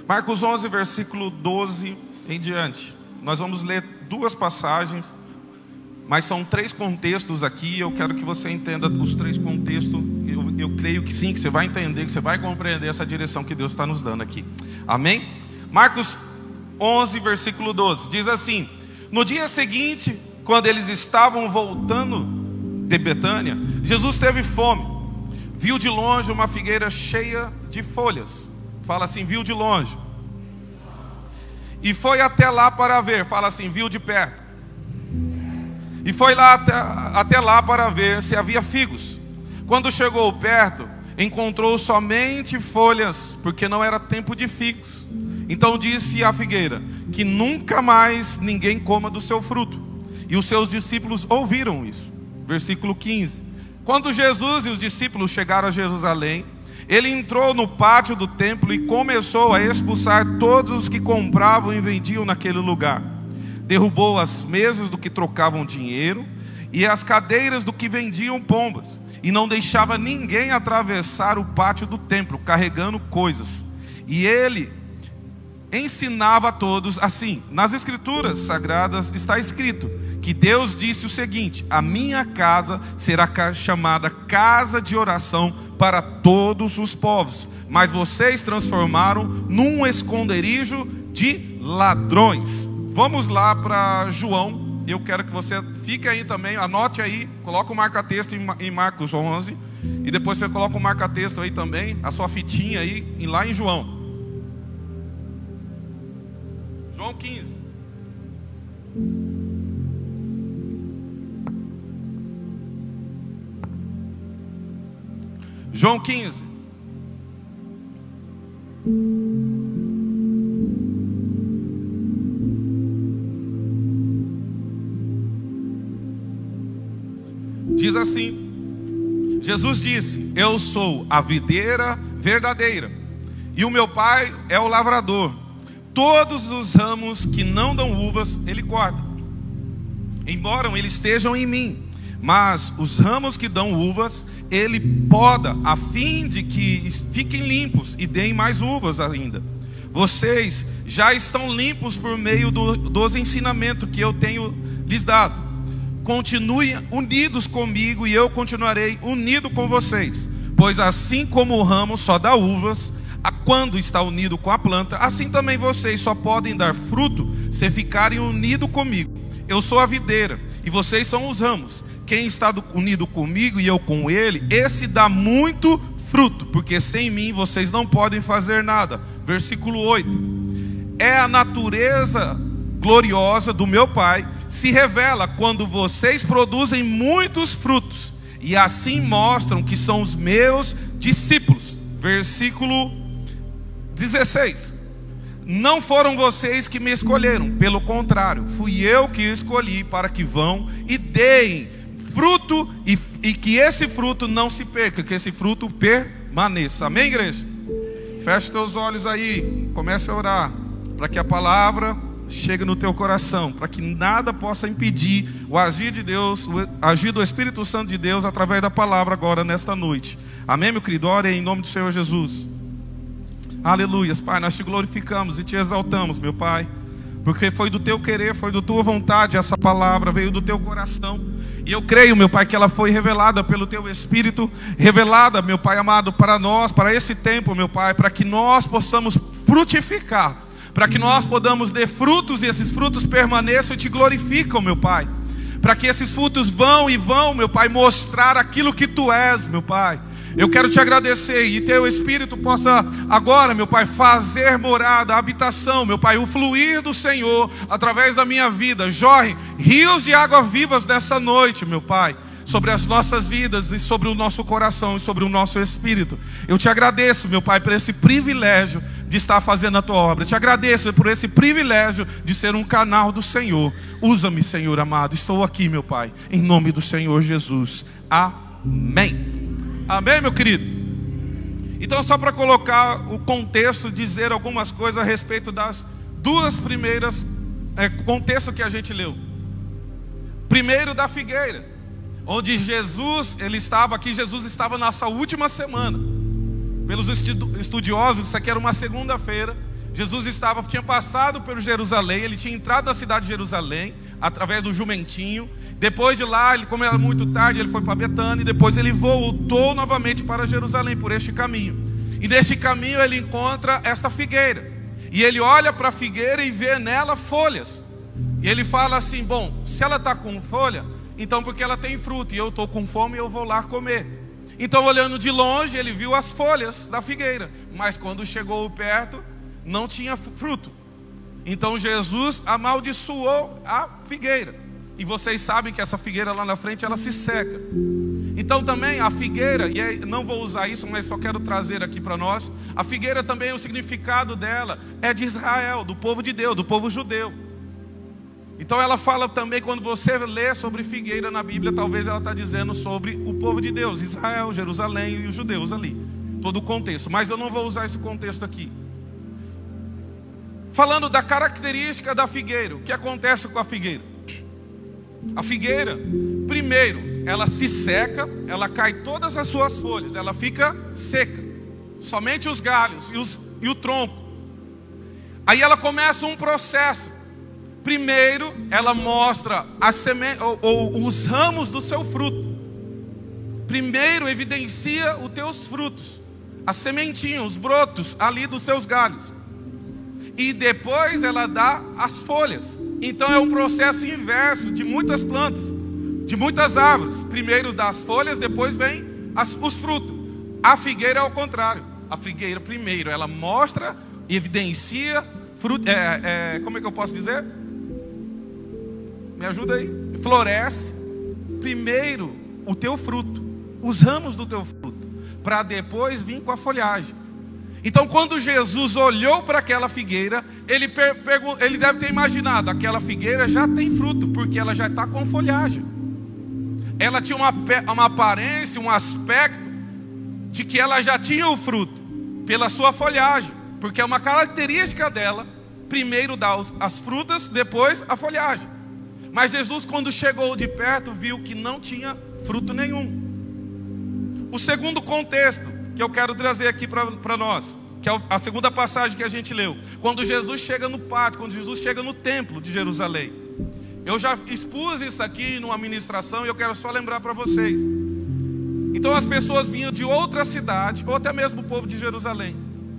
Marcos 11, versículo 12 em diante. Nós vamos ler duas passagens, mas são três contextos aqui. Eu quero que você entenda os três contextos. Eu creio que sim, que você vai entender, que você vai compreender essa direção que Deus está nos dando aqui. Amém? Marcos 11, versículo 12, diz assim: no dia seguinte, quando eles estavam voltando de Betânia, Jesus teve fome. Viu de longe uma figueira cheia de folhas. Fala assim, viu de longe. E foi até lá para ver. Fala assim, viu de perto. E foi lá até lá para ver se havia figos. Quando chegou perto, encontrou somente folhas, porque não era tempo de figos. Então disse à figueira que nunca mais ninguém coma do seu fruto. E os seus discípulos ouviram isso. Versículo 15. Quando Jesus e os discípulos chegaram a Jerusalém, ele entrou no pátio do templo e começou a expulsar todos os que compravam e vendiam naquele lugar. Derrubou as mesas do que trocavam dinheiro e as cadeiras do que vendiam pombas. E não deixava ninguém atravessar o pátio do templo, carregando coisas. E ele ensinava a todos assim. Nas escrituras sagradas está escrito que Deus disse o seguinte: a minha casa será chamada casa de oração para todos os povos, mas vocês transformaram num esconderijo de ladrões. Vamos lá para João. Eu quero que você fique aí também, anote aí, coloca o marca-texto em Marcos 11, e depois você coloca o marca-texto aí também, a sua fitinha aí, lá em João. João 15. João 15. Diz assim: Jesus disse: eu sou a videira verdadeira, e o meu pai é o lavrador. Todos os ramos que não dão uvas, ele corta, embora eles estejam em mim. Mas os ramos que dão uvas, ele poda, a fim de que fiquem limpos e deem mais uvas ainda. Vocês já estão limpos por meio dos ensinamentos que eu tenho lhes dado. Continuem unidos comigo e eu continuarei unido com vocês. Pois assim como o ramo só dá uvas quando está unido com a planta, assim também vocês só podem dar fruto se ficarem unidos comigo. Eu sou a videira e vocês são os ramos. Quem está unido comigo e eu com ele, esse dá muito fruto, porque sem mim vocês não podem fazer nada. Versículo 8. É a natureza gloriosa do meu Pai se revela quando vocês produzem muitos frutos, e assim mostram que são os meus discípulos. Versículo 16. Não foram vocês que me escolheram, pelo contrário, fui eu que escolhi para que vão e deem fruto, e que esse fruto não se perca, que esse fruto permaneça. Amém, igreja? Feche teus olhos aí, comece a orar para que a palavra chegue no teu coração, para que nada possa impedir o agir de Deus, o agir do Espírito Santo de Deus através da palavra agora nesta noite. Amém, meu querido? Ore em nome do Senhor Jesus. Aleluias, Pai, nós te glorificamos e te exaltamos, meu Pai, porque foi do teu querer, foi da tua vontade, essa palavra veio do teu coração. E eu creio, meu Pai, que ela foi revelada pelo teu Espírito, revelada, meu Pai amado, para nós, para esse tempo, meu Pai, para que nós possamos frutificar, para que nós podamos dar frutos e esses frutos permaneçam e te glorificam, meu Pai, para que esses frutos vão, meu Pai, mostrar aquilo que tu és, meu Pai. Eu quero te agradecer e teu Espírito possa agora, meu Pai, fazer morada, habitação, meu Pai, o fluir do Senhor através da minha vida. Jorre rios de água vivas nessa noite, meu Pai, sobre as nossas vidas e sobre o nosso coração e sobre o nosso espírito. Eu te agradeço, meu Pai, por esse privilégio de estar fazendo a tua obra. Eu te agradeço por esse privilégio de ser um canal do Senhor. Usa-me, Senhor amado. Estou aqui, meu Pai, em nome do Senhor Jesus. Amém. Amém, meu querido? Então, só para colocar o contexto, dizer algumas coisas a respeito das duas primeiras contexto que a gente leu. Primeiro, da figueira, onde Jesus, ele estava aqui, Jesus estava na sua última semana. Pelos estudiosos, isso aqui era uma segunda-feira. Jesus tinha passado por Jerusalém, ele tinha entrado na cidade de Jerusalém, através do jumentinho. Depois de lá, como era muito tarde, ele foi para Betânia, e depois ele voltou novamente para Jerusalém, por este caminho. E neste caminho ele encontra esta figueira, e ele olha para a figueira e vê nela folhas. E ele fala assim: bom, se ela está com folha, então porque ela tem fruto, e eu estou com fome e eu vou lá comer. Então, olhando de longe, ele viu as folhas da figueira, mas quando chegou perto, não tinha fruto. Então Jesus amaldiçoou a figueira. E vocês sabem que essa figueira lá na frente, ela se seca. Então também a figueira, e não vou usar isso, mas só quero trazer aqui para nós. A figueira também, o significado dela é de Israel, do povo de Deus, do povo judeu. Então ela fala também, quando você lê sobre figueira na Bíblia, talvez ela está dizendo sobre o povo de Deus, Israel, Jerusalém e os judeus ali. Todo o contexto, mas eu não vou usar esse contexto aqui. Falando da característica da figueira, o que acontece com a figueira? A figueira, primeiro, ela se seca, ela cai todas as suas folhas, ela fica seca, somente os galhos e o tronco. Aí ela começa um processo. Primeiro, ela mostra os ramos do seu fruto. Primeiro, evidencia os teus frutos, a sementinha, os brotos ali dos seus galhos. E depois ela dá as folhas. Então é um processo inverso de muitas plantas, de muitas árvores. Primeiro dá as folhas, depois vem os frutos. A figueira é o contrário. A figueira primeiro ela mostra e evidencia fruto. Como é que eu posso dizer? Me ajuda aí. Floresce primeiro o teu fruto, os ramos do teu fruto, para depois vir com a folhagem. Então, quando Jesus olhou para aquela figueira, ele deve ter imaginado: aquela figueira já tem fruto, porque ela já está com folhagem. Ela tinha uma aparência, um aspecto de que ela já tinha o fruto, pela sua folhagem, porque é uma característica dela, primeiro dar as frutas, depois a folhagem. Mas Jesus, quando chegou de perto, viu que não tinha fruto nenhum. O segundo contexto que eu quero trazer aqui para nós, que é a segunda passagem que a gente leu, quando Jesus chega no pátio, quando Jesus chega no templo de Jerusalém. Eu já expus isso aqui numa ministração e eu quero só lembrar para vocês. Então as pessoas vinham de outra cidade, ou até mesmo o povo de Jerusalém,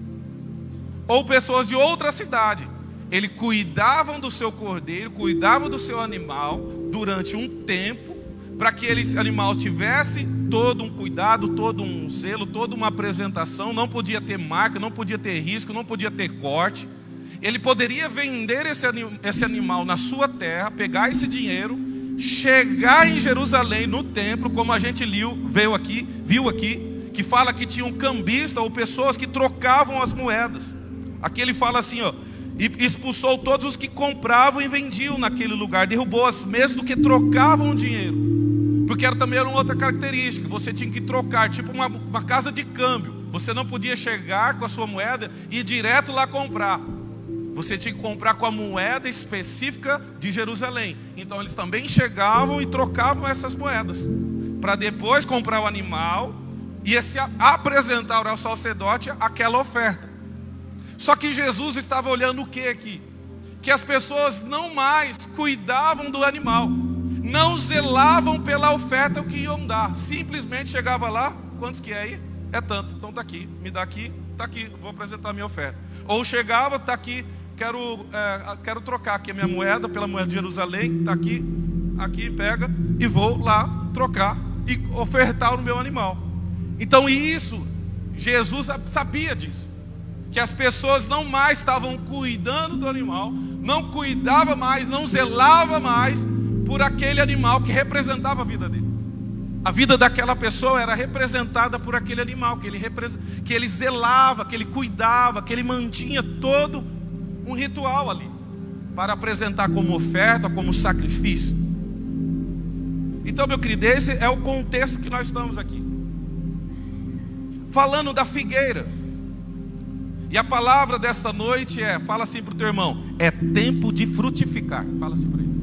ou pessoas de outra cidade. Eles cuidavam do seu cordeiro, cuidavam do seu animal durante um tempo, para que esse animal tivesse todo um cuidado, todo um zelo, toda uma apresentação. Não podia ter marca, não podia ter risco, não podia ter corte. Ele poderia vender esse animal na sua terra, pegar esse dinheiro, chegar em Jerusalém, no templo, como a gente viu aqui, que fala que tinha um cambista ou pessoas que trocavam as moedas. Aqui ele fala assim, e expulsou todos os que compravam e vendiam naquele lugar, derrubou as mesas do que trocavam o dinheiro, porque também era uma outra característica. Você tinha que trocar, tipo uma casa de câmbio. Você não podia chegar com a sua moeda e ir direto lá comprar. Você tinha que comprar com a moeda específica de Jerusalém. Então eles também chegavam e trocavam essas moedas, para depois comprar o animal e apresentar ao sacerdote aquela oferta. Só que Jesus estava olhando o que aqui? Que as pessoas não mais cuidavam do animal, não zelavam pela oferta que iam dar. Simplesmente chegava lá: quantos que é aí? É tanto, então está aqui, me dá aqui, está aqui, vou apresentar a minha oferta. Ou chegava: está aqui, quero trocar aqui a minha moeda pela moeda de Jerusalém, está aqui, pega, e vou lá trocar e ofertar o meu animal. Então isso, Jesus sabia disso, que as pessoas não mais estavam cuidando do animal, não cuidava mais, não zelava mais por aquele animal que representava a vida dele. A vida daquela pessoa era representada por aquele animal que ele zelava, que ele cuidava, que ele mantinha todo um ritual ali, para apresentar como oferta, como sacrifício. Então, meu querido, esse é o contexto que nós estamos aqui, falando da figueira. E a palavra desta noite fala assim para o teu irmão: é tempo de frutificar. Fala assim para ele.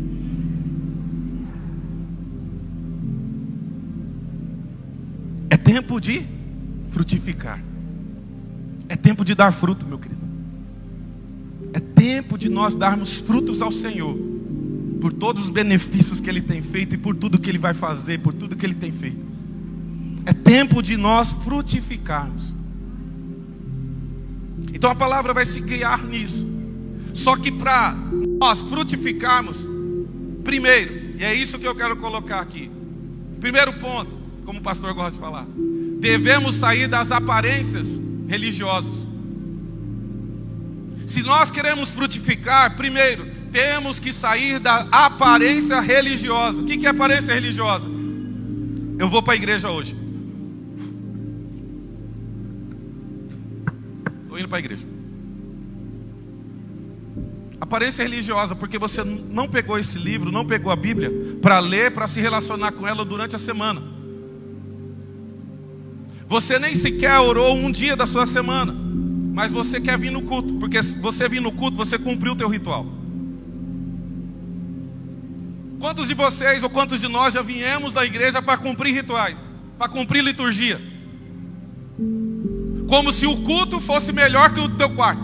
É tempo de frutificar. É tempo de dar fruto, meu querido. É tempo de nós darmos frutos ao Senhor, por todos os benefícios que Ele tem feito e por tudo que Ele vai fazer, por tudo que Ele tem feito. É tempo de nós frutificarmos. Então a palavra vai se guiar nisso. Só que para nós frutificarmos, primeiro, e é isso que eu quero colocar aqui. Primeiro ponto, como o pastor gosta de falar, devemos sair das aparências religiosas. Se nós queremos frutificar, primeiro, temos que sair da aparência religiosa. O que é aparência religiosa? Eu vou para a igreja hoje. Estou indo para a igreja. Aparência religiosa, porque você não pegou esse livro, não pegou a Bíblia para ler, para se relacionar com ela durante a semana. Você nem sequer orou um dia da sua semana, mas você quer vir no culto, porque se você vir no culto, você cumpriu o teu ritual. Quantos de vocês ou quantos de nós já viemos da igreja para cumprir rituais, para cumprir liturgia? Como se o culto fosse melhor que o teu quarto.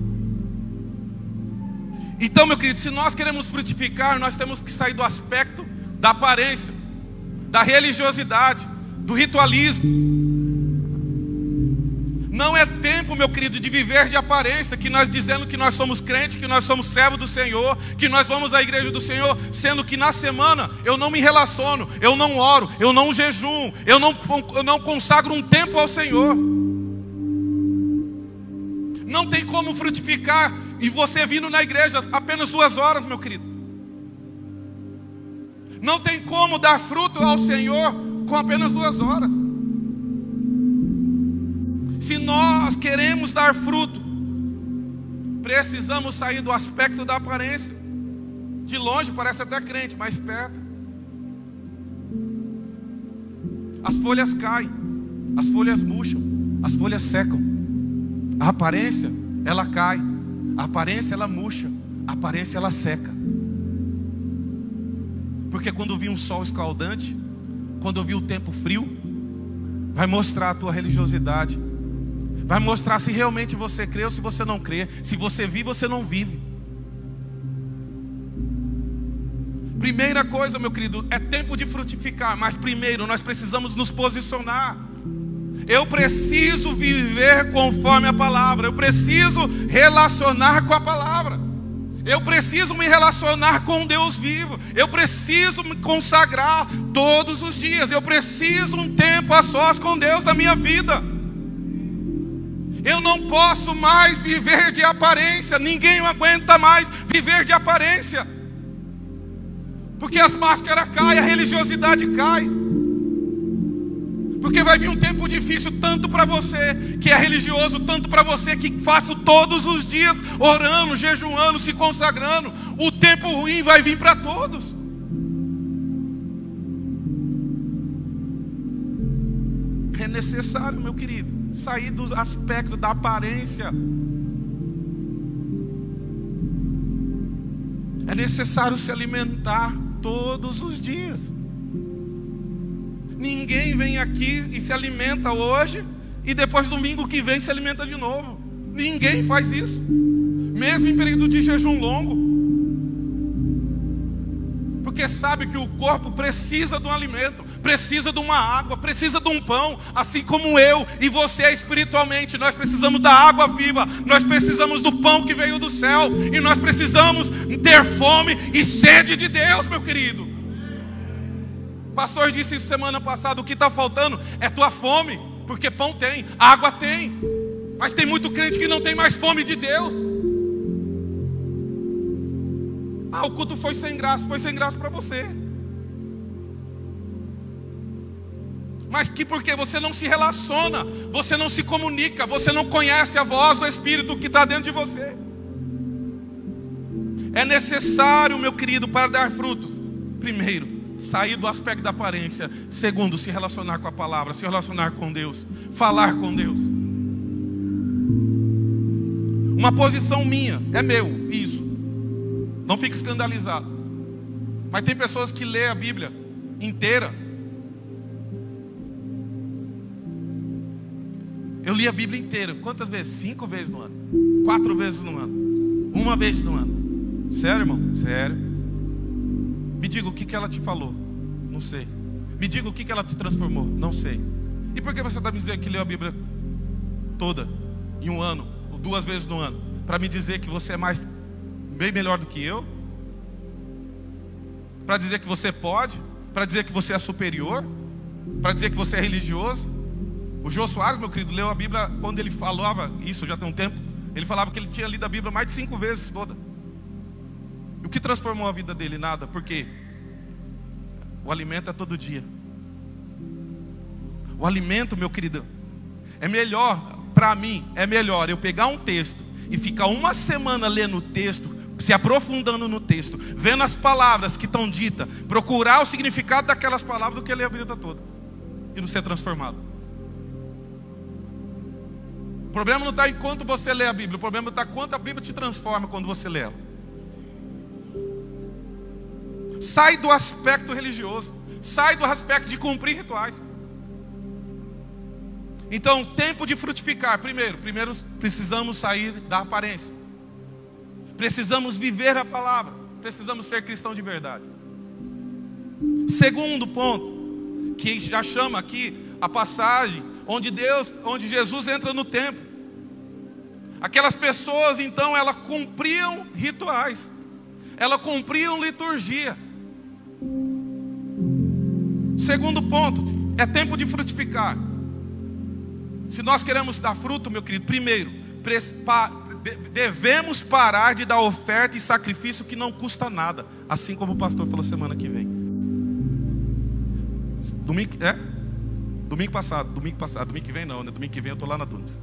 Então, meu querido, se nós queremos frutificar, nós temos que sair do aspecto da aparência, da religiosidade, do ritualismo. Não é tempo, meu querido, de viver de aparência, que nós dizendo que nós somos crentes, que nós somos servos do Senhor, que nós vamos à igreja do Senhor, sendo que na semana eu não me relaciono, eu não oro, eu não jejuo, eu não consagro um tempo ao Senhor. Não tem como frutificar e você vindo na igreja apenas 2 horas, meu querido. Não tem como dar fruto ao Senhor com apenas 2 horas. Se nós queremos dar fruto, precisamos sair do aspecto da aparência. De longe parece até crente, mais perto. As folhas caem, as folhas murcham, as folhas secam. A aparência, ela cai. A aparência, ela murcha. A aparência, ela seca. Porque quando vir um sol escaldante, quando vir o tempo frio, vai mostrar a tua religiosidade. Vai mostrar se realmente você crê ou se você não crê. Se você vive ou você não vive. Primeira coisa, meu querido, é tempo de frutificar. Mas primeiro nós precisamos nos posicionar. Eu preciso viver conforme a palavra. Eu preciso relacionar com a palavra. Eu preciso me relacionar com Deus vivo. Eu preciso me consagrar todos os dias. Eu preciso um tempo a sós com Deus na minha vida. Eu não posso mais viver de aparência. Ninguém aguenta mais viver de aparência. Porque as máscaras caem, a religiosidade cai. Porque vai vir um tempo difícil tanto para você que é religioso, tanto para você que faça todos os dias orando, jejuando, se consagrando. O tempo ruim vai vir para todos. É necessário, meu querido, sair do aspecto da aparência. É necessário se alimentar todos os dias. Ninguém vem aqui e se alimenta hoje e depois domingo que vem se alimenta de novo. Ninguém faz isso. Mesmo em período de jejum longo. Porque sabe que o corpo precisa de um alimento, precisa de uma água, precisa de um pão. Assim como eu e você espiritualmente, nós precisamos da água viva. Nós precisamos do pão que veio do céu. E nós precisamos ter fome e sede de Deus, meu querido. O pastor disse isso semana passada, o que está faltando é tua fome, porque pão tem, água tem, mas tem muito crente que não tem mais fome de Deus. O culto foi sem graça para você. Mas que porque você não se relaciona, você não se comunica, você não conhece a voz do Espírito que está dentro de você. É necessário, meu querido, para dar frutos, primeiro, sair do aspecto da aparência. Segundo, se relacionar com a palavra, se relacionar com Deus, falar com Deus. Uma posição minha, é meu, isso. Não fique escandalizado. Mas tem pessoas que lêem a Bíblia inteira. Eu li a Bíblia inteira. Quantas vezes? 5 vezes no ano. 4 vezes no ano. Uma vez no ano. Sério, irmão? Sério. Me diga o que ela te falou. Não sei. Me diga o que ela te transformou. Não sei. E por que você está me dizendo que leu a Bíblia toda em um ano, ou 2 vezes no ano? Para me dizer que você é bem melhor do que eu? Para dizer que você pode? Para dizer que você é superior? Para dizer que você é religioso? O Jô Soares, meu querido, leu a Bíblia. Quando ele falava isso, já tem um tempo, ele falava que ele tinha lido a Bíblia mais de 5 vezes toda. E o que transformou a vida dele? Nada. Por quê? O alimento é todo dia. O alimento, meu querido, é melhor, para mim, é melhor eu pegar um texto e ficar uma semana lendo o texto, se aprofundando no texto, vendo as palavras que estão ditas, procurar o significado daquelas palavras, do que ler a Bíblia toda e não ser transformado. O problema não está em quanto você lê a Bíblia, o problema está quanto a Bíblia te transforma quando você lê ela. Sai do aspecto religioso, sai do aspecto de cumprir rituais. Então, tempo de frutificar. Primeiro precisamos sair da aparência. Precisamos viver a palavra. Precisamos ser cristão de verdade. Segundo ponto, que já chama aqui a passagem onde Jesus entra no templo. Aquelas pessoas, então, elas cumpriam rituais. Elas cumpriam liturgia. Segundo ponto, é tempo de frutificar. Se nós queremos dar fruto, meu querido, primeiro, devemos parar de dar oferta e sacrifício que não custa nada. Assim como o pastor falou semana que vem. Domingo que vem não, né? Domingo que vem eu estou lá na Dunes.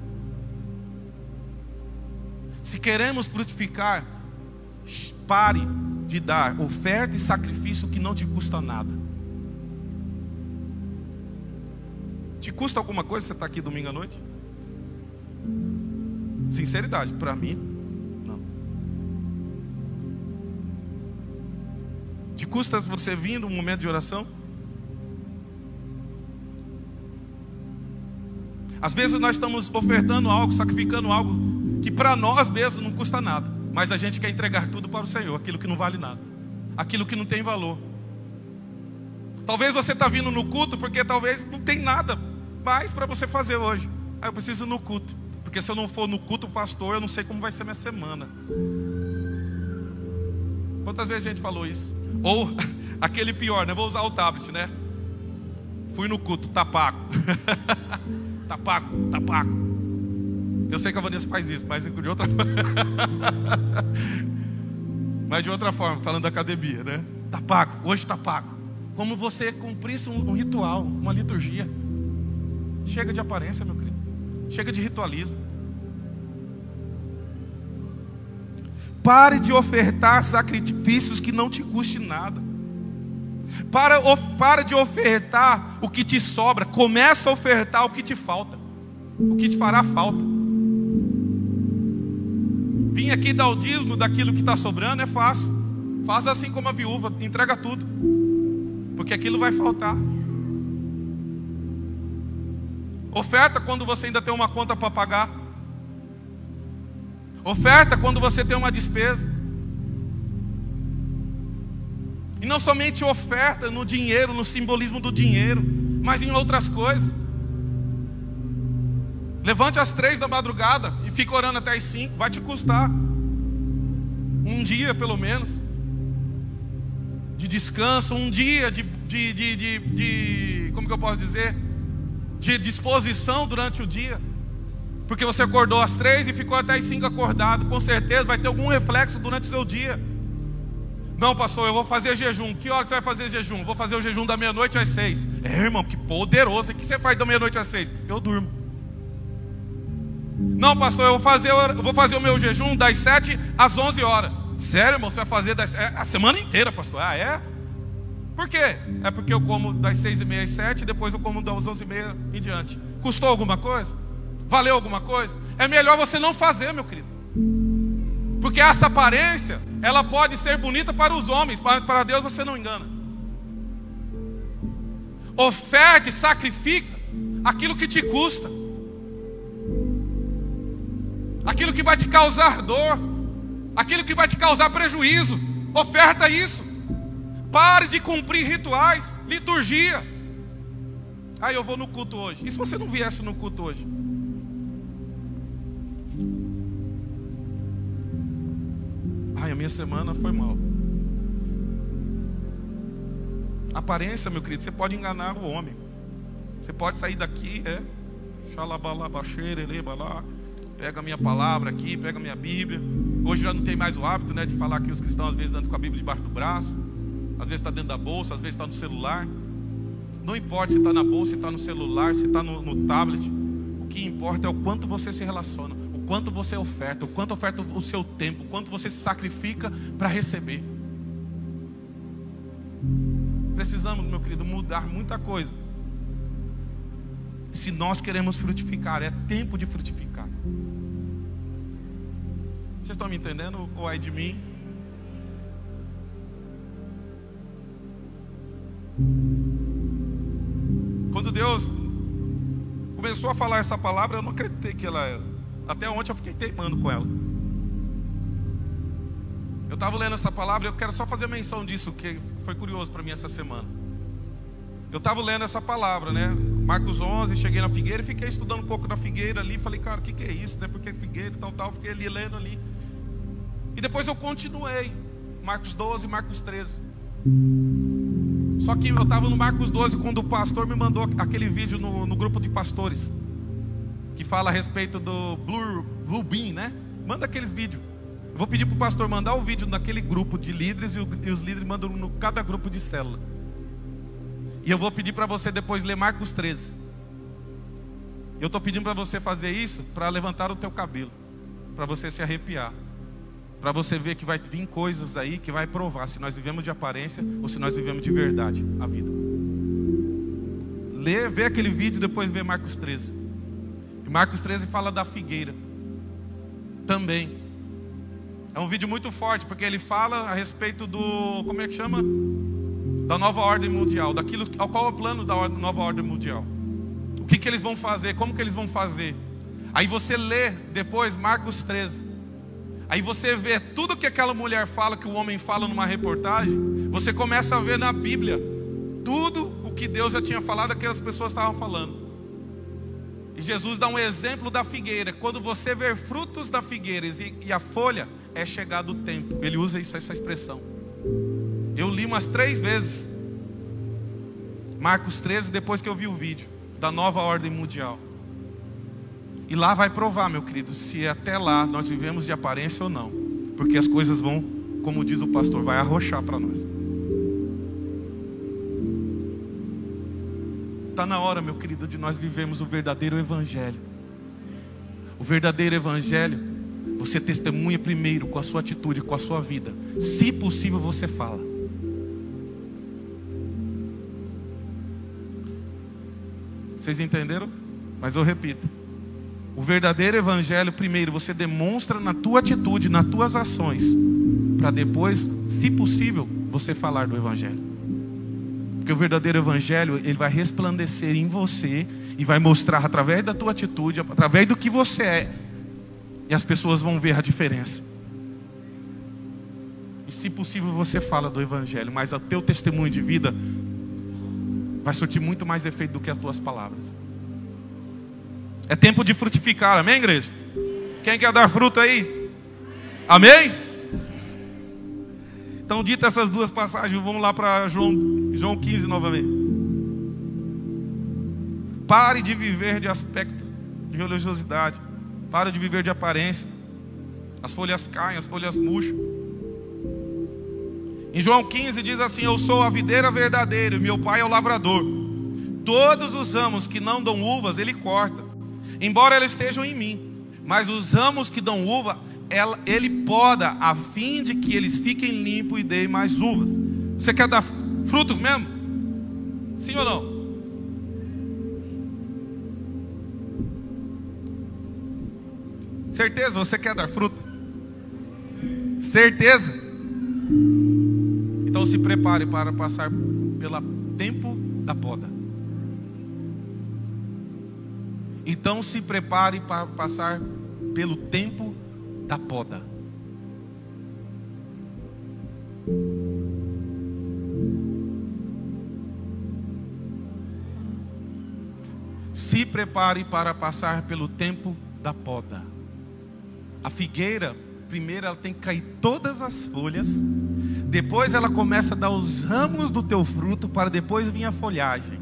Se queremos frutificar, pare de dar oferta e sacrifício que não te custa nada. Te custa alguma coisa você estar aqui domingo à noite? Sinceridade, para mim, não. Te custa você vir num momento de oração? Às vezes nós estamos ofertando algo, sacrificando algo que para nós mesmos não custa nada, mas a gente quer entregar tudo para o Senhor, aquilo que não vale nada, aquilo que não tem valor. Talvez você está vindo no culto porque talvez não tem nada mais para você fazer hoje. Eu preciso ir no culto, porque se eu não for no culto, pastor, eu não sei como vai ser minha semana. Quantas vezes a gente falou isso? Ou aquele pior, né? Vou usar o tablet, né? Fui no culto, tá pago. Tá pago. Eu sei que a Vanessa faz isso, mas de outra mas de outra forma, falando da academia, né? Tá pago, hoje tá pago. Como você cumprisse um ritual, uma liturgia. Chega de aparência, meu querido. Chega de ritualismo. Pare de ofertar sacrifícios que não te custe nada. Para de ofertar o que te sobra. Começa a ofertar o que te falta, o que te fará falta. Vim aqui dar o dízimo daquilo que está sobrando é fácil. Faz assim como a viúva, entrega tudo, porque aquilo vai faltar. Oferta quando você ainda tem uma conta para pagar. Oferta quando você tem uma despesa. E não somente oferta no dinheiro, no simbolismo do dinheiro, mas em outras coisas. Levante às 3 da madrugada e fique orando até às 5. Vai te custar um dia pelo menos de descanso, um dia de como que eu posso dizer? De disposição durante o dia. Porque você acordou às 3 e ficou até às 5 acordado. Com certeza vai ter algum reflexo durante o seu dia. Não, pastor, eu vou fazer jejum. Que hora que você vai fazer jejum? Vou fazer o jejum da meia-noite às 6. Irmão, que poderoso. O que você faz da meia-noite às 6? Eu durmo. Não, pastor, eu vou fazer o meu jejum das 7 às 11 horas. Sério, irmão? Você vai fazer a semana inteira, pastor? Ah, é? Por quê? É porque eu como das 6h30 às 7 e depois eu como das 11h30 em diante. Custou alguma coisa? Valeu alguma coisa? É melhor você não fazer, meu querido. Porque essa aparência, ela pode ser bonita para os homens, mas para Deus você não engana. Oferte, sacrifica aquilo que te custa, aquilo que vai te causar dor. Aquilo que vai te causar prejuízo, oferta isso. Pare de cumprir rituais, liturgia. Ah, eu vou no culto hoje. E se você não viesse no culto hoje? Ai, a minha semana foi mal. Aparência, meu querido, você pode enganar o homem. Você pode sair daqui, pega a minha palavra aqui, pega a minha Bíblia. Hoje já não tem mais o hábito, né, de falar que os cristãos às vezes andam com a Bíblia debaixo do braço. Às vezes está dentro da bolsa, às vezes está no celular. Não importa se está na bolsa, se está no celular, se está no tablet. O que importa é o quanto você se relaciona, o quanto você oferta, o quanto oferta o seu tempo, o quanto você se sacrifica para receber. Precisamos, meu querido, mudar muita coisa. Se nós queremos frutificar, é tempo de frutificar. Vocês estão me entendendo? Ou é de mim? Quando Deus começou a falar essa palavra, eu não acreditei que ela era. Até ontem eu fiquei teimando com ela. Eu estava lendo essa palavra e eu quero só fazer menção disso, que foi curioso para mim essa semana. Eu estava lendo essa palavra, né? Marcos 11, cheguei na figueira e fiquei estudando um pouco da figueira ali. Falei, cara, o que é isso, né? Porque figueira e tal, fiquei ali lendo ali. E depois eu continuei, Marcos 12, Marcos 13. Só que eu estava no Marcos 12 quando o pastor me mandou aquele vídeo no grupo de pastores, que fala a respeito do Blue Bean, né? Manda aqueles vídeos. Eu vou pedir para o pastor mandar o vídeo naquele grupo de líderes e os líderes mandam no cada grupo de célula. E eu vou pedir para você depois ler Marcos 13. Eu estou pedindo para você fazer isso para levantar o teu cabelo, para você se arrepiar, para você ver que vai vir coisas aí que vai provar se nós vivemos de aparência ou se nós vivemos de verdade a vida. Vê aquele vídeo e depois vê Marcos 13. E Marcos 13 fala da figueira também. É um vídeo muito forte, porque ele fala a respeito do, como é que chama? Da nova ordem mundial, daquilo ao qual é o plano da nova ordem mundial. O que eles vão fazer, como que eles vão fazer. Aí você lê depois Marcos 13. Aí você vê tudo que aquela mulher fala, que o homem fala numa reportagem. Você começa a ver na Bíblia tudo o que Deus já tinha falado, aquelas pessoas estavam falando. E Jesus dá um exemplo da figueira. Quando você ver frutos da figueira e a folha, é chegado o tempo. Ele usa essa expressão. Eu li umas 3 vezes Marcos 13 depois que eu vi o vídeo da nova ordem mundial. E lá vai provar, meu querido, se até lá nós vivemos de aparência ou não. Porque as coisas vão, como diz o pastor, vai arrochar para nós. Está na hora, meu querido, de nós vivermos o verdadeiro evangelho. O verdadeiro evangelho, você testemunha primeiro com a sua atitude, com a sua vida. Se possível, você fala. Vocês entenderam? Mas eu repito. O verdadeiro evangelho, primeiro, você demonstra na tua atitude, nas tuas ações, para depois, se possível, você falar do evangelho. Porque o verdadeiro evangelho, ele vai resplandecer em você e vai mostrar através da tua atitude, através do que você é, e as pessoas vão ver a diferença. E se possível você fala do evangelho, mas o teu testemunho de vida vai surtir muito mais efeito do que as tuas palavras. É tempo de frutificar, amém, igreja? Quem quer dar fruto aí? Amém? Então, dito essas duas passagens, vamos lá para João 15 novamente. Pare de viver de aspecto de religiosidade. Pare de viver de aparência. As folhas caem, as folhas murcham. Em João 15 diz assim: eu sou a videira verdadeira e meu pai é o lavrador. Todos os ramos que não dão uvas, ele corta, embora elas estejam em mim. Mas os ramos que dão uva, ele poda, a fim de que eles fiquem limpos e deem mais uvas. Você quer dar frutos mesmo? Sim ou não? Certeza, você quer dar fruto? Certeza? Então se prepare para passar pelo tempo da poda. Então se prepare para passar pelo tempo da poda. Se prepare para passar pelo tempo da poda. A figueira, primeiro ela tem que cair todas as folhas, depois ela começa a dar os ramos do teu fruto, para depois vir a folhagem.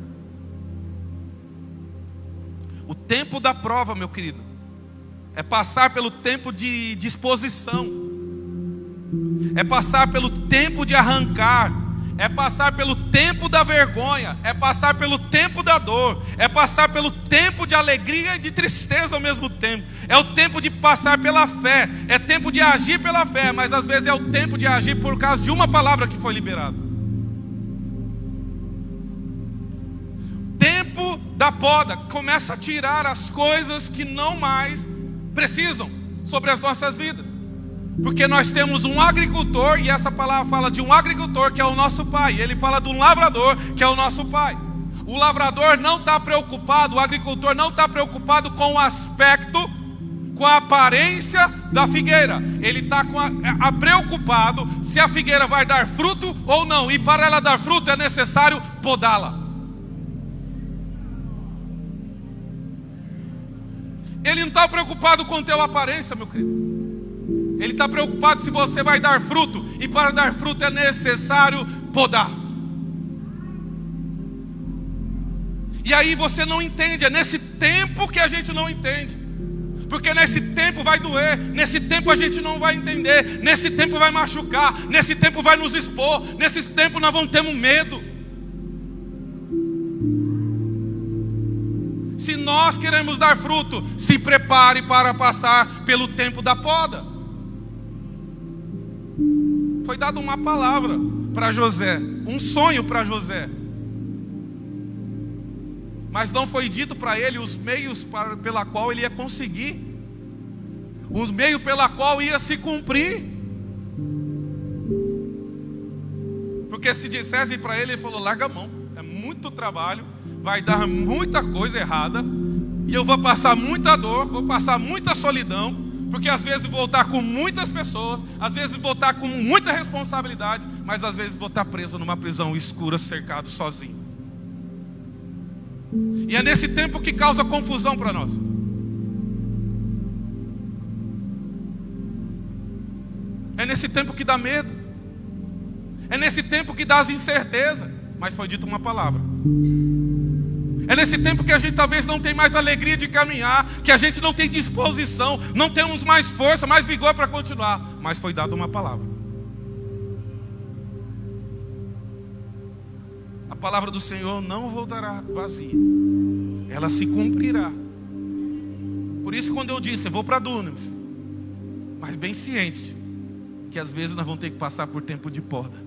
O tempo da prova, meu querido, é passar pelo tempo de disposição, é passar pelo tempo de arrancar, é passar pelo tempo da vergonha, é passar pelo tempo da dor, é passar pelo tempo de alegria e de tristeza ao mesmo tempo. É o tempo de passar pela fé, é tempo de agir pela fé, mas às vezes é o tempo de agir por causa de uma palavra que foi liberada. Tempo da poda, começa a tirar as coisas que não mais precisam sobre as nossas vidas. Porque nós temos um agricultor, e essa palavra fala de um agricultor que é o nosso pai. Ele fala de um lavrador que é o nosso pai. O lavrador não está preocupado, o agricultor não está preocupado com o aspecto, com a aparência da figueira. Ele está preocupado se a figueira vai dar fruto ou não. E para ela dar fruto é necessário podá-la. Ele não está preocupado com a tua aparência, meu querido. Ele está preocupado se você vai dar fruto. E para dar fruto é necessário podar. E aí você não entende. É nesse tempo que a gente não entende. Porque nesse tempo vai doer. Nesse tempo a gente não vai entender. Nesse tempo vai machucar. Nesse tempo vai nos expor. Nesse tempo nós vamos ter um medo. Se nós queremos dar fruto, se prepare para passar pelo tempo da poda. Foi dada uma palavra para José, um sonho para José, mas não foi dito para ele os meios pela qual ele ia conseguir, os meios pela qual ia se cumprir. Porque se dissesse para ele, ele falou: larga a mão, é muito trabalho, vai dar muita coisa errada, e eu vou passar muita dor, vou passar muita solidão. Porque às vezes vou estar com muitas pessoas, às vezes vou estar com muita responsabilidade, mas às vezes vou estar preso numa prisão escura, cercado sozinho. E é nesse tempo que causa confusão para nós. É nesse tempo que dá medo. É nesse tempo que dá as incertezas. Mas foi dita uma palavra. É nesse tempo que a gente talvez não tem mais alegria de caminhar, que a gente não tem disposição, não temos mais força, mais vigor para continuar. Mas foi dada uma palavra. A palavra do Senhor não voltará vazia. Ela se cumprirá. Por isso quando eu disse, eu vou para Dunamis, mas bem ciente que às vezes nós vamos ter que passar por tempo de poda.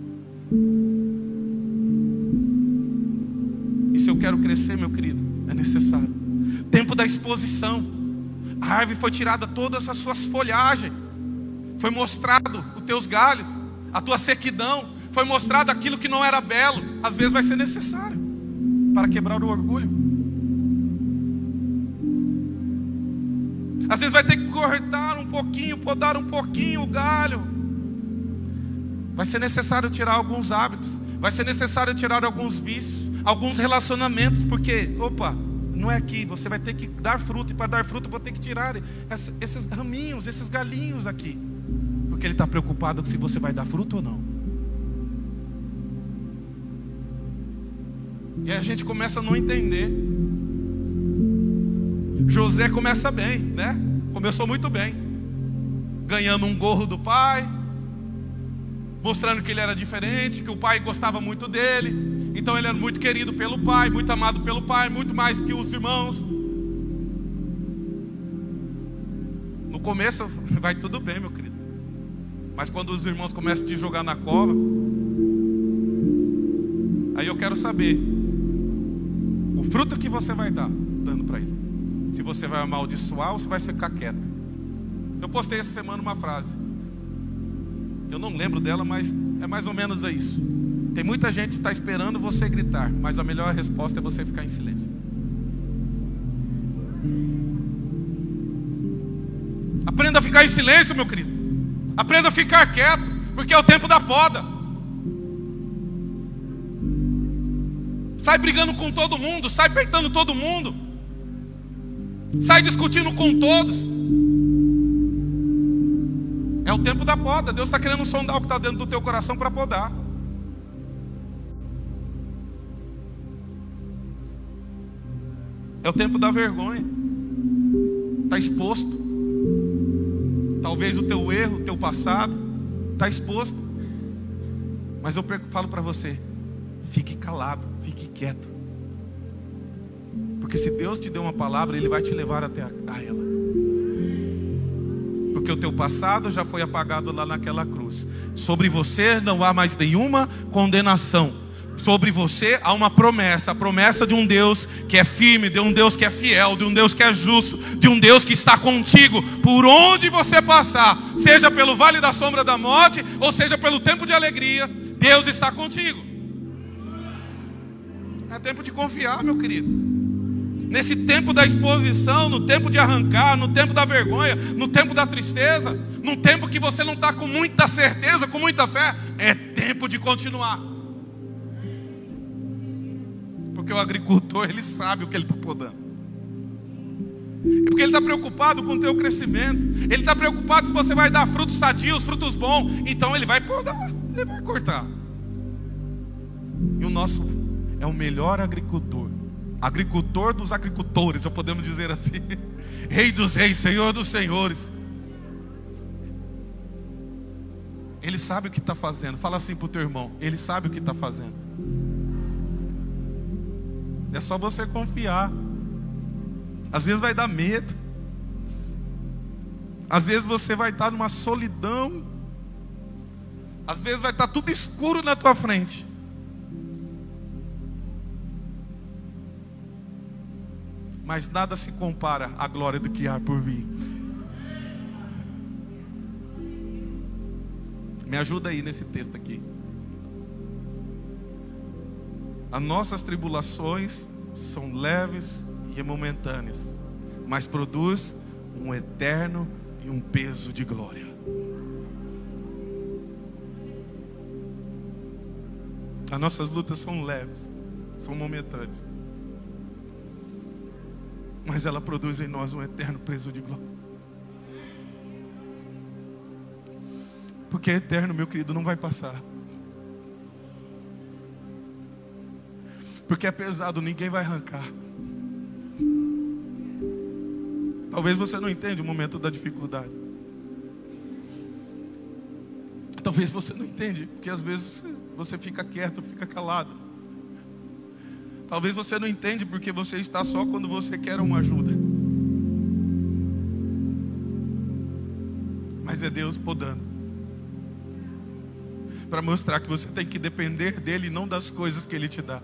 E se eu quero crescer, meu querido, é necessário tempo da exposição. A árvore foi tirada todas as suas folhagens, foi mostrado os teus galhos, a tua sequidão, foi mostrado aquilo que não era belo. Às vezes vai ser necessário para quebrar o orgulho. Às vezes vai ter que cortar um pouquinho, podar um pouquinho o galho. Vai ser necessário tirar alguns hábitos, vai ser necessário tirar alguns vícios, alguns relacionamentos, porque, não é aqui, você vai ter que dar fruto, e para dar fruto eu vou ter que tirar esses raminhos, esses galinhos aqui, porque Ele está preocupado se você vai dar fruto ou não. E a gente começa a não entender. José começa bem, né? Começou muito bem, ganhando um gorro do pai, mostrando que ele era diferente, que o pai gostava muito dele. Então ele era muito querido pelo pai, muito amado pelo pai, muito mais que os irmãos. No começo vai tudo bem, meu querido, mas quando os irmãos começam a te jogar na cova, aí eu quero saber o fruto que você vai dar dando para ele. Se você vai amaldiçoar ou se vai ficar quieto. Eu postei essa semana uma frase, eu não lembro dela, mas é mais ou menos isso. Tem muita gente que está esperando você gritar, mas a melhor resposta é você ficar em silêncio. Aprenda a ficar em silêncio, meu querido. Aprenda a ficar quieto. Porque é o tempo da poda. Sai brigando com todo mundo, sai apertando todo mundo, sai discutindo com todos. É o tempo da poda. Deus está querendo sondar o que está dentro do teu coração para podar. É o tempo da vergonha. Está exposto. Talvez o teu erro, o teu passado está exposto. Mas eu falo para você: fique calado, fique quieto. Porque se Deus te deu uma palavra, Ele vai te levar até a ela. Porque o teu passado já foi apagado lá naquela cruz. Sobre você não há mais nenhuma condenação. Sobre você há uma promessa. A promessa de um Deus que é firme, de um Deus que é fiel, de um Deus que é justo, de um Deus que está contigo por onde você passar. Seja pelo vale da sombra da morte, ou seja pelo tempo de alegria, Deus está contigo. É tempo de confiar, meu querido. Nesse tempo da exposição, no tempo de arrancar, no tempo da vergonha, no tempo da tristeza, no tempo que você não está com muita certeza, com muita fé, é tempo de continuar. Porque o agricultor, ele sabe o que ele está podando. Porque ele está preocupado com o teu crescimento. Ele está preocupado se você vai dar frutos sadios, frutos bons. Então ele vai podar, ele vai cortar. E o nosso é o melhor agricultor. Agricultor dos agricultores, já podemos dizer assim. Rei dos reis, Senhor dos senhores. Ele sabe o que está fazendo. Fala assim para o teu irmão: ele sabe o que está fazendo. É só você confiar. Às vezes vai dar medo. Às vezes você vai estar numa solidão. Às vezes vai estar tudo escuro na tua frente. Mas nada se compara à glória do que há por vir. Me ajuda aí nesse texto aqui. As nossas tribulações são leves e momentâneas, mas produz um eterno e um peso de glória. As nossas lutas são leves, são momentâneas, mas ela produz em nós um eterno peso de glória. Porque é eterno, meu querido, não vai passar. Porque é pesado, ninguém vai arrancar. Talvez você não entenda o momento da dificuldade. Talvez você não entenda, porque às vezes você fica quieto, fica calado. Talvez você não entenda porque você está só quando você quer uma ajuda. Mas é Deus podando, para mostrar que você tem que depender dele e não das coisas que ele te dá.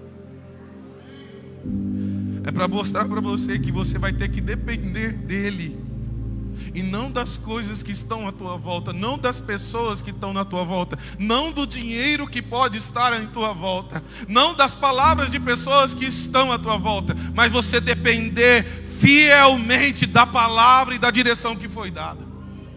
É para mostrar para você que você vai ter que depender dele e não das coisas que estão à tua volta, não das pessoas que estão na tua volta, não do dinheiro que pode estar em tua volta, não das palavras de pessoas que estão à tua volta, mas você depender fielmente da palavra e da direção que foi dada.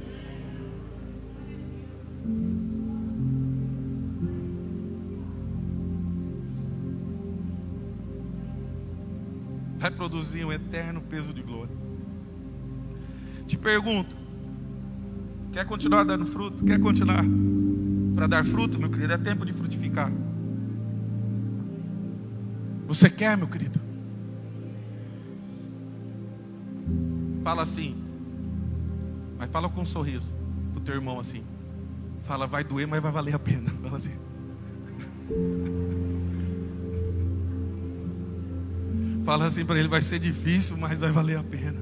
Vai produzir um eterno peso de glória. Te pergunto: quer continuar dando fruto? Quer continuar? Para dar fruto, meu querido, é tempo de frutificar. Você quer, meu querido? Fala assim, mas fala com um sorriso pro teu irmão assim. Fala: vai doer, mas vai valer a pena. Fala assim. Fala assim para ele: vai ser difícil, mas vai valer a pena.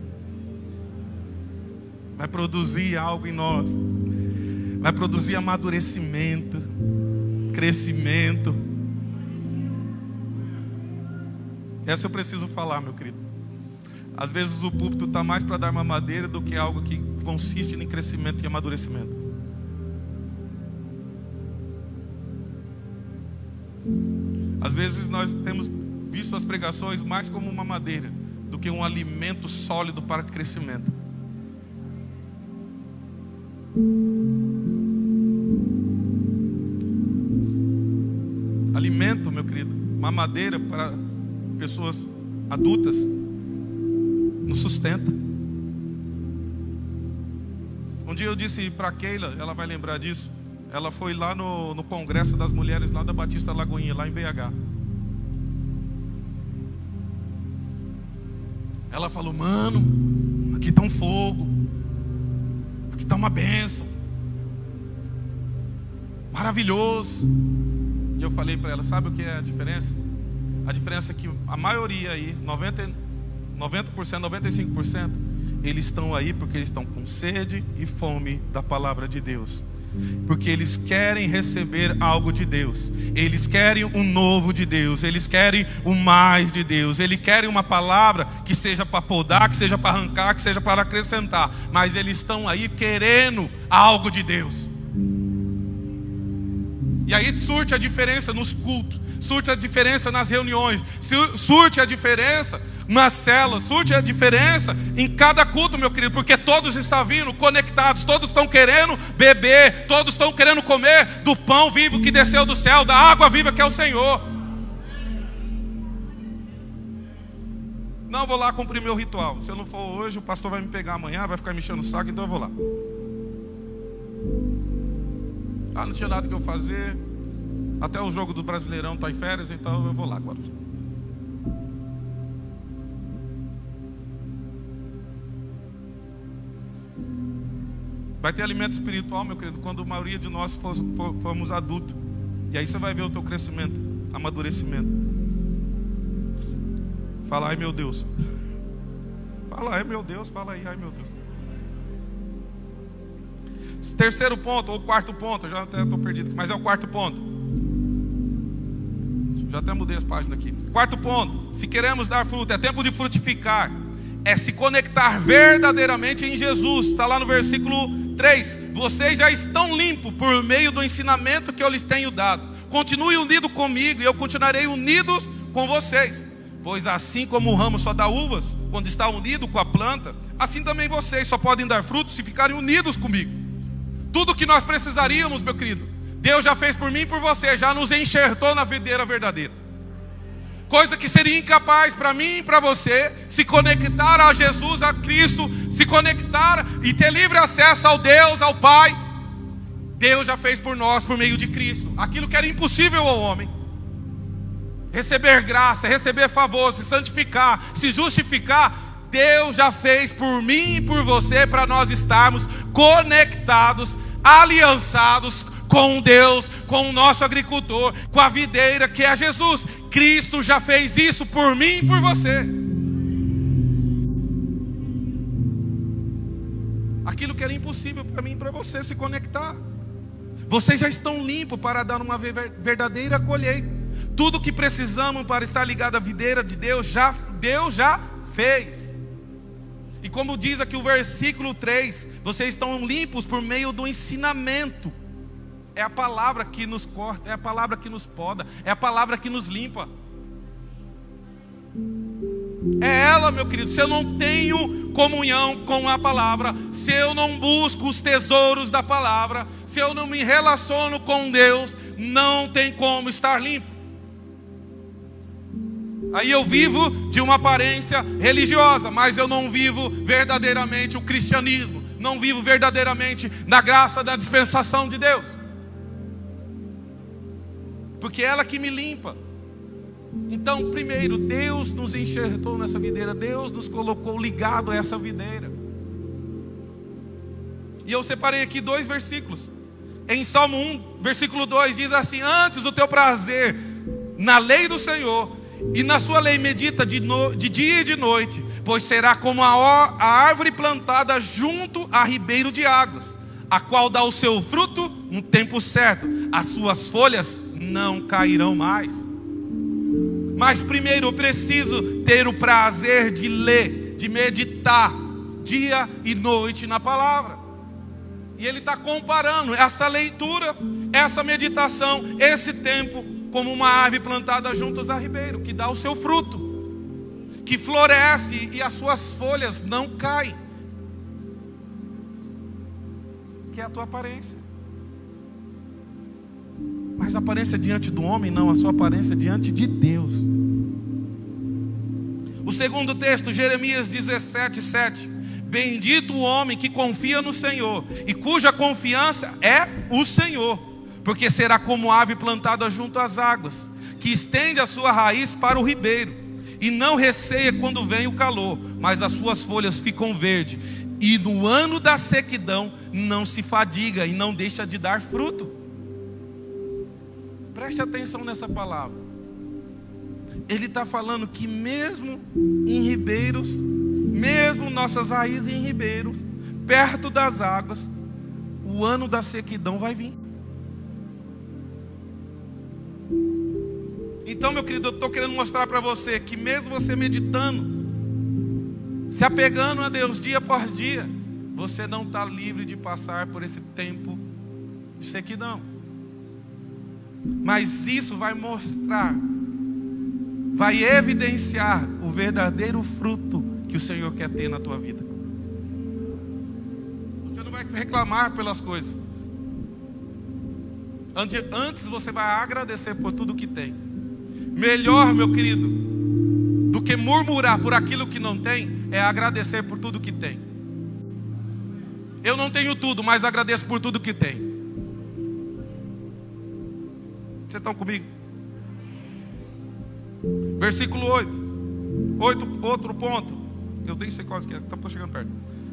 Vai produzir algo em nós. Vai produzir amadurecimento, crescimento. Essa eu preciso falar, meu querido. Às vezes o púlpito está mais para dar mamadeira do que algo que consiste em crescimento e amadurecimento. Às vezes nós temos visto as pregações mais como uma madeira do que um alimento sólido para crescimento. alimento, meu querido, mamadeira para pessoas adultas, nos sustenta. Um dia eu disse para a Keila, ela vai lembrar disso. Ela foi lá no congresso das mulheres lá da Batista Lagoinha, lá em BH. Ela falou: mano, aqui está um fogo, aqui está uma bênção, maravilhoso. E eu falei para ela: sabe o que é a diferença? A diferença é que a maioria aí, 90%, 95%, eles estão aí porque eles estão com sede e fome da palavra de Deus. Porque eles querem receber algo de Deus, eles querem um novo de Deus, eles querem o mais de Deus, eles querem uma palavra que seja para podar, que seja para arrancar, que seja para acrescentar, mas eles estão aí querendo algo de Deus. E aí surte a diferença nos cultos, surte a diferença nas reuniões, surte a diferença nas células, surte a diferença em cada culto, meu querido, porque todos estão vindo conectados, todos estão querendo beber, todos estão querendo comer do pão vivo que desceu do céu, da água viva que é o Senhor. Não, vou lá cumprir meu ritual. Se eu não for hoje, o pastor vai me pegar amanhã, vai ficar me enchendo o saco, então eu vou lá. Ah, não tinha nada que eu fazer, até o jogo do Brasileirão está em férias, então eu vou lá agora. Vai ter alimento espiritual, meu querido, quando a maioria de nós formos adultos. E aí você vai ver o teu crescimento, amadurecimento. Fala: ai meu Deus. Fala: ai meu Deus, fala aí: ai meu Deus. Terceiro ponto, ou quarto ponto, eu já até estou perdido, mas é o quarto ponto. Já até mudei as páginas aqui. Quarto ponto: se queremos dar fruto, é tempo de frutificar, é se conectar verdadeiramente em Jesus. Está lá no versículo 3: vocês já estão limpos por meio do ensinamento que eu lhes tenho dado. Continue unido comigo e eu continuarei unido com vocês. Pois assim como o ramo só dá uvas quando está unido com a planta, assim também vocês só podem dar frutos se ficarem unidos comigo. Tudo que nós precisaríamos, meu querido, Deus já fez por mim e por você, já nos enxertou na videira verdadeira. Coisa que seria incapaz para mim e para você, se conectar a Jesus, a Cristo, se conectar e ter livre acesso ao Deus, ao Pai. Deus já fez por nós, por meio de Cristo. Aquilo que era impossível ao homem. Receber graça, receber favor, se santificar, se justificar, Deus já fez por mim e por você, para nós estarmos conectados, aliançados com Deus, com o nosso agricultor, com a videira que é Jesus. Cristo já fez isso por mim e por você. Aquilo que era impossível para mim e para você se conectar. Vocês já estão limpos para dar uma verdadeira colheita. Tudo que precisamos para estar ligado à videira de Deus já fez. E como diz aqui o versículo 3, vocês estão limpos por meio do ensinamento. É a palavra que nos corta, é a palavra que nos poda, é a palavra que nos limpa. É ela, meu querido. Se eu não tenho comunhão com a palavra, se eu não busco os tesouros da palavra, se eu não me relaciono com Deus, não tem como estar limpo. Aí eu vivo de uma aparência religiosa, mas eu não vivo verdadeiramente o cristianismo, não vivo verdadeiramente na graça da dispensação de Deus. Porque é ela que me limpa. Então, primeiro, Deus nos enxertou nessa videira, Deus nos colocou ligado a essa videira. E eu separei aqui 2 versículos. Em Salmo 1, versículo 2, diz assim: antes do teu prazer na lei do Senhor, e na sua lei medita de dia e de noite, pois será como a árvore plantada junto a ribeiro de águas, a qual dá o seu fruto no tempo certo, as suas folhas não cairão mais. Mas primeiro eu preciso ter o prazer de ler, de meditar dia e noite na palavra. E ele está comparando essa leitura, essa meditação, esse tempo, como uma árvore plantada juntos a ribeiro, que dá o seu fruto, que floresce e as suas folhas não caem, que é a tua aparência. Mas a aparência diante do homem não, a sua aparência diante de Deus. O segundo texto, Jeremias 17:7. Bendito o homem que confia no Senhor e cuja confiança é o Senhor, porque será como ave plantada junto às águas, que estende a sua raiz para o ribeiro, e não receia quando vem o calor, mas as suas folhas ficam verdes, e no ano da sequidão não se fadiga e não deixa de dar fruto. Preste atenção nessa palavra. Ele está falando que mesmo em ribeiros, mesmo nossas raízes em ribeiros, perto das águas, o ano da sequidão vai vir. Então, meu querido, eu estou querendo mostrar para você que mesmo você meditando, se apegando a Deus dia após dia, você não está livre de passar por esse tempo de sequidão. Mas isso vai mostrar, vai evidenciar o verdadeiro fruto que o Senhor quer ter na tua vida. Você não vai reclamar pelas coisas. Antes você vai agradecer por tudo que tem. Melhor, meu querido, do que murmurar por aquilo que não tem, é agradecer por tudo que tem. Eu não tenho tudo, mas agradeço por tudo que tem. Vocês estão comigo? Versículo 8. Outro ponto. Eu nem sei qual que é, estou chegando perto.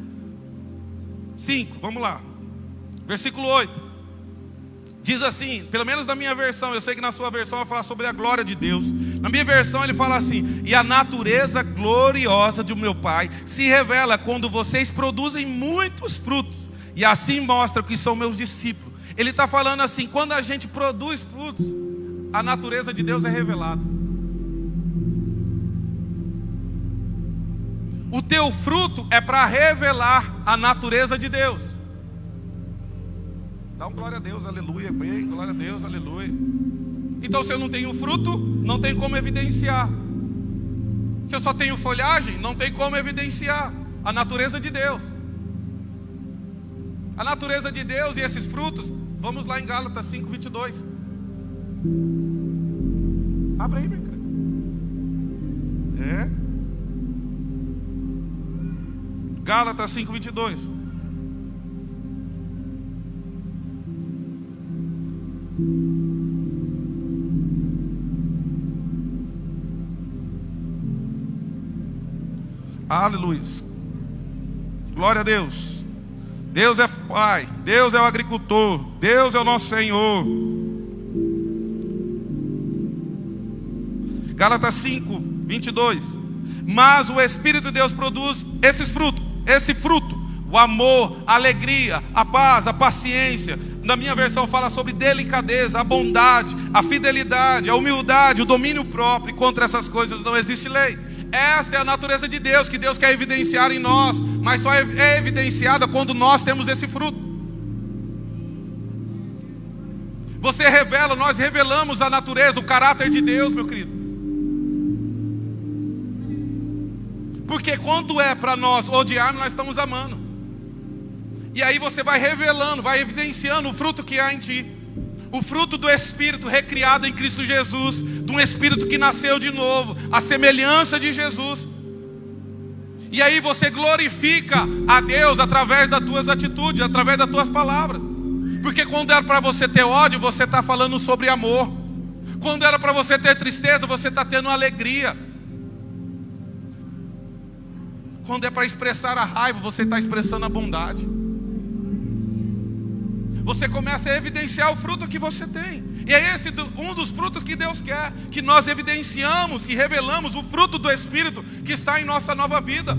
5, vamos lá. Versículo 8. Diz assim, pelo menos na minha versão, eu sei que na sua versão vai falar sobre a glória de Deus. Na minha versão ele fala assim: e a natureza gloriosa de meu Pai se revela quando vocês produzem muitos frutos, e assim mostra que são meus discípulos. Ele está falando assim, quando a gente produz frutos, a natureza de Deus é revelada. O teu fruto é para revelar a natureza de Deus. Dá um glória a Deus, aleluia, bem, glória a Deus, aleluia. Então se eu não tenho fruto, não tem como evidenciar. Se eu só tenho folhagem, não tem como evidenciar a natureza de Deus. A natureza de Deus e esses frutos, vamos lá em Gálatas 5:22. Abre aí, meu cara. Gálatas 5:22. Aleluia. Glória a Deus. Deus é Pai, Deus é o agricultor, Deus é o nosso Senhor. Gálatas 5:22. Mas o Espírito de Deus produz esse fruto, o amor, a alegria, a paz, a paciência. Na minha versão fala sobre delicadeza, a bondade, a fidelidade, a humildade, o domínio próprio. E contra essas coisas não existe lei. Esta é a natureza de Deus, que Deus quer evidenciar em nós, mas só é evidenciada quando nós temos esse fruto. Você revela, nós revelamos a natureza, o caráter de Deus, meu querido. Porque quando é para nós odiarmos, nós estamos amando. E aí você vai revelando, vai evidenciando o fruto que há em ti. O fruto do Espírito recriado em Cristo Jesus, de um Espírito que nasceu de novo, a semelhança de Jesus. E aí você glorifica a Deus através das tuas atitudes, através das tuas palavras. Porque quando era para você ter ódio, você está falando sobre amor. Quando era para você ter tristeza, você está tendo alegria. Quando é para expressar a raiva, você está expressando a bondade. Você começa a evidenciar o fruto que você tem. E é esse um dos frutos que Deus quer, que nós evidenciamos e revelamos o fruto do Espírito que está em nossa nova vida.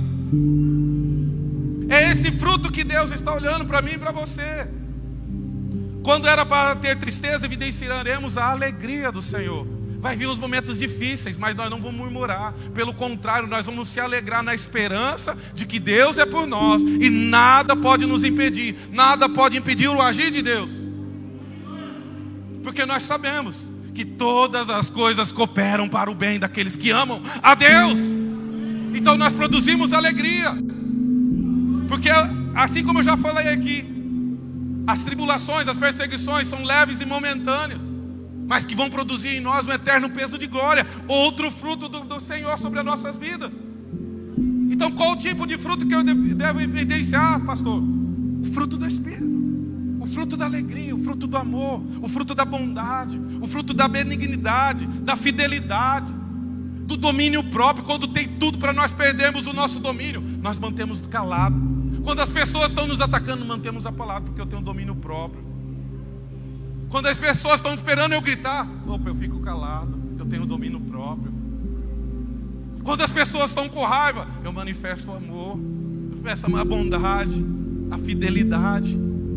É esse fruto que Deus está olhando para mim e para você. Quando era para ter tristeza, evidenciaremos a alegria do Senhor. Vai vir os momentos difíceis, mas nós não vamos murmurar. Pelo contrário, nós vamos se alegrar na esperança de que Deus é por nós. E nada pode nos impedir. Nada pode impedir o agir de Deus. Porque nós sabemos que todas as coisas cooperam para o bem daqueles que amam a Deus. Então nós produzimos alegria. Porque assim como eu já falei aqui, as tribulações, as perseguições são leves e momentâneas. mas que vão produzir em nós um eterno peso de glória, outro fruto do Senhor sobre as nossas vidas. Então qual o tipo de fruto que eu devo evidenciar, pastor? O fruto do Espírito, o fruto da alegria, o fruto do amor, o fruto da bondade, o fruto da benignidade, da fidelidade, do domínio próprio. Quando tem tudo para nós perdermos o nosso domínio, nós mantemos calado. Quando as pessoas estão nos atacando, mantemos a palavra, porque eu tenho domínio próprio. Quando as pessoas estão esperando eu gritar, opa, eu fico calado, eu tenho domínio próprio. Quando as pessoas estão com raiva, eu manifesto o amor, eu manifesto a bondade, a fidelidade.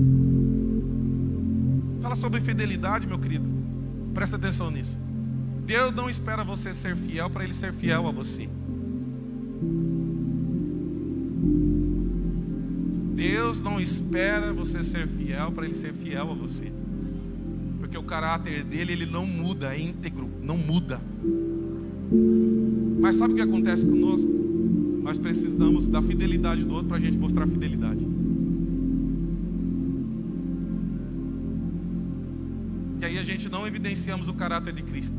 Fala sobre fidelidade, meu querido. Presta atenção nisso. Deus não espera você ser fiel para Ele ser fiel a você. Deus não espera você ser fiel para Ele ser fiel a você. Porque o caráter dele, ele não muda, é íntegro, não muda. Mas sabe o que acontece conosco? Nós precisamos da fidelidade do outro para a gente mostrar fidelidade. E aí a gente não evidenciamos o caráter de Cristo,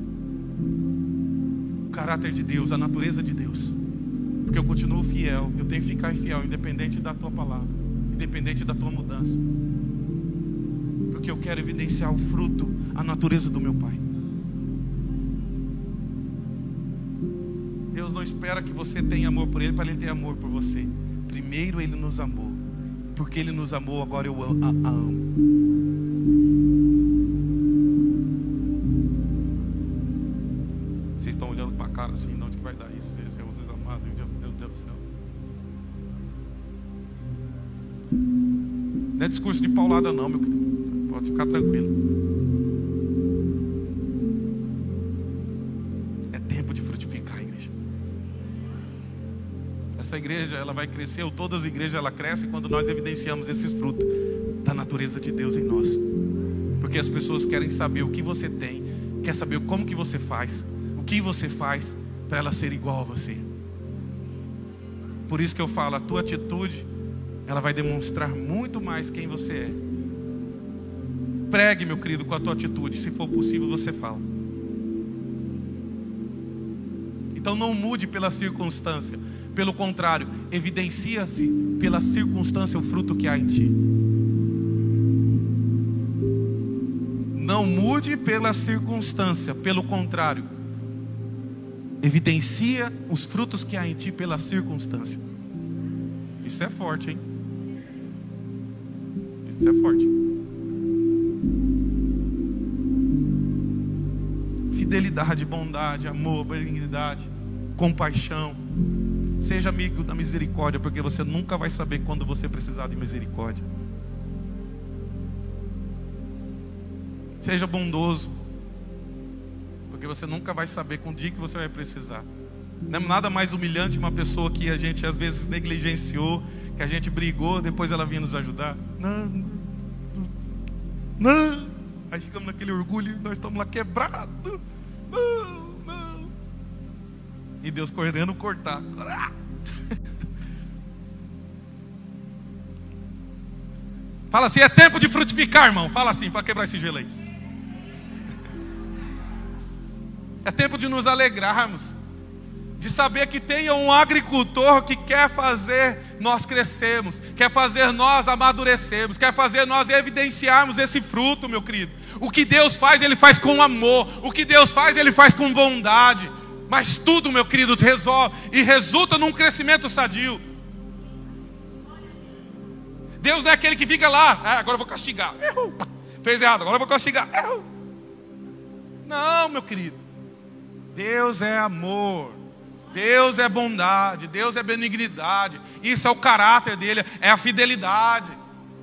o caráter de Deus, a natureza de Deus. Porque eu continuo fiel, eu tenho que ficar fiel, independente da tua palavra, independente da tua mudança. Porque eu quero evidenciar o fruto, a natureza do meu Pai. Deus não espera que você tenha amor por Ele para Ele ter amor por você. Primeiro Ele nos amou. Porque Ele nos amou, agora eu amo. Vocês estão olhando para a cara assim, de onde que vai dar isso? Jesus amado, meu Deus do céu. Não é discurso de paulada não, meu querido. Pode ficar tranquilo. É tempo de frutificar, igreja. Essa igreja, ela vai crescer, ou todas as igrejas, ela cresce quando nós evidenciamos esses frutos da natureza de Deus em nós. Porque as pessoas querem saber o que você tem, quer saber como que você faz, o que você faz para ela ser igual a você. Por isso que eu falo, a tua atitude, ela vai demonstrar muito mais quem você é. Pregue, meu querido, com a tua atitude. Se for possível, você fala. Então não mude pela circunstância. Pelo contrário, evidencia-se pela circunstância o fruto que há em ti. Não mude pela circunstância. Pelo contrário, evidencia os frutos que há em ti pela circunstância. Isso é forte, hein? Isso é forte. Fidelidade, bondade, amor, benignidade, compaixão. Seja amigo da misericórdia, porque você nunca vai saber quando você precisar de misericórdia. Seja bondoso, porque você nunca vai saber com o dia que você vai precisar. Não é nada mais humilhante uma pessoa que a gente às vezes negligenciou, que a gente brigou, depois ela vinha nos ajudar. Não. Aí ficamos naquele orgulho, nós estamos lá quebrados. Não. E Deus correndo cortar. Fala assim, é tempo de frutificar, irmão. Fala assim, para quebrar esse gelo aí. É tempo de nos alegrarmos, de saber que tem um agricultor que quer fazer nós crescermos, quer fazer nós amadurecermos, quer fazer nós evidenciarmos esse fruto, meu querido. O que Deus faz, Ele faz com amor. O que Deus faz, Ele faz com bondade. Mas tudo, meu querido, resolve e resulta num crescimento sadio. Deus não é aquele que fica lá, agora eu vou castigar. Fez errado, agora eu vou castigar. Não, meu querido. Deus é amor. Deus é bondade, Deus é benignidade. Isso é o caráter dele, é a fidelidade.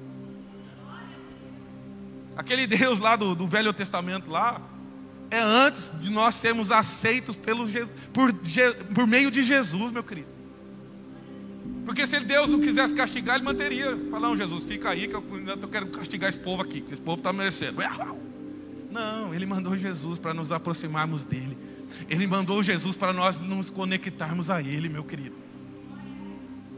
Aquele Deus lá do Velho Testamento lá, é antes de nós sermos aceitos por meio de Jesus, meu querido. Porque se Deus não quisesse castigar, Ele manteria. Fala, não, Jesus, fica aí que eu quero castigar esse povo aqui, que esse povo está merecendo. Não, Ele mandou Jesus para nos aproximarmos dEle. Ele mandou Jesus para nós nos conectarmos a Ele, meu querido.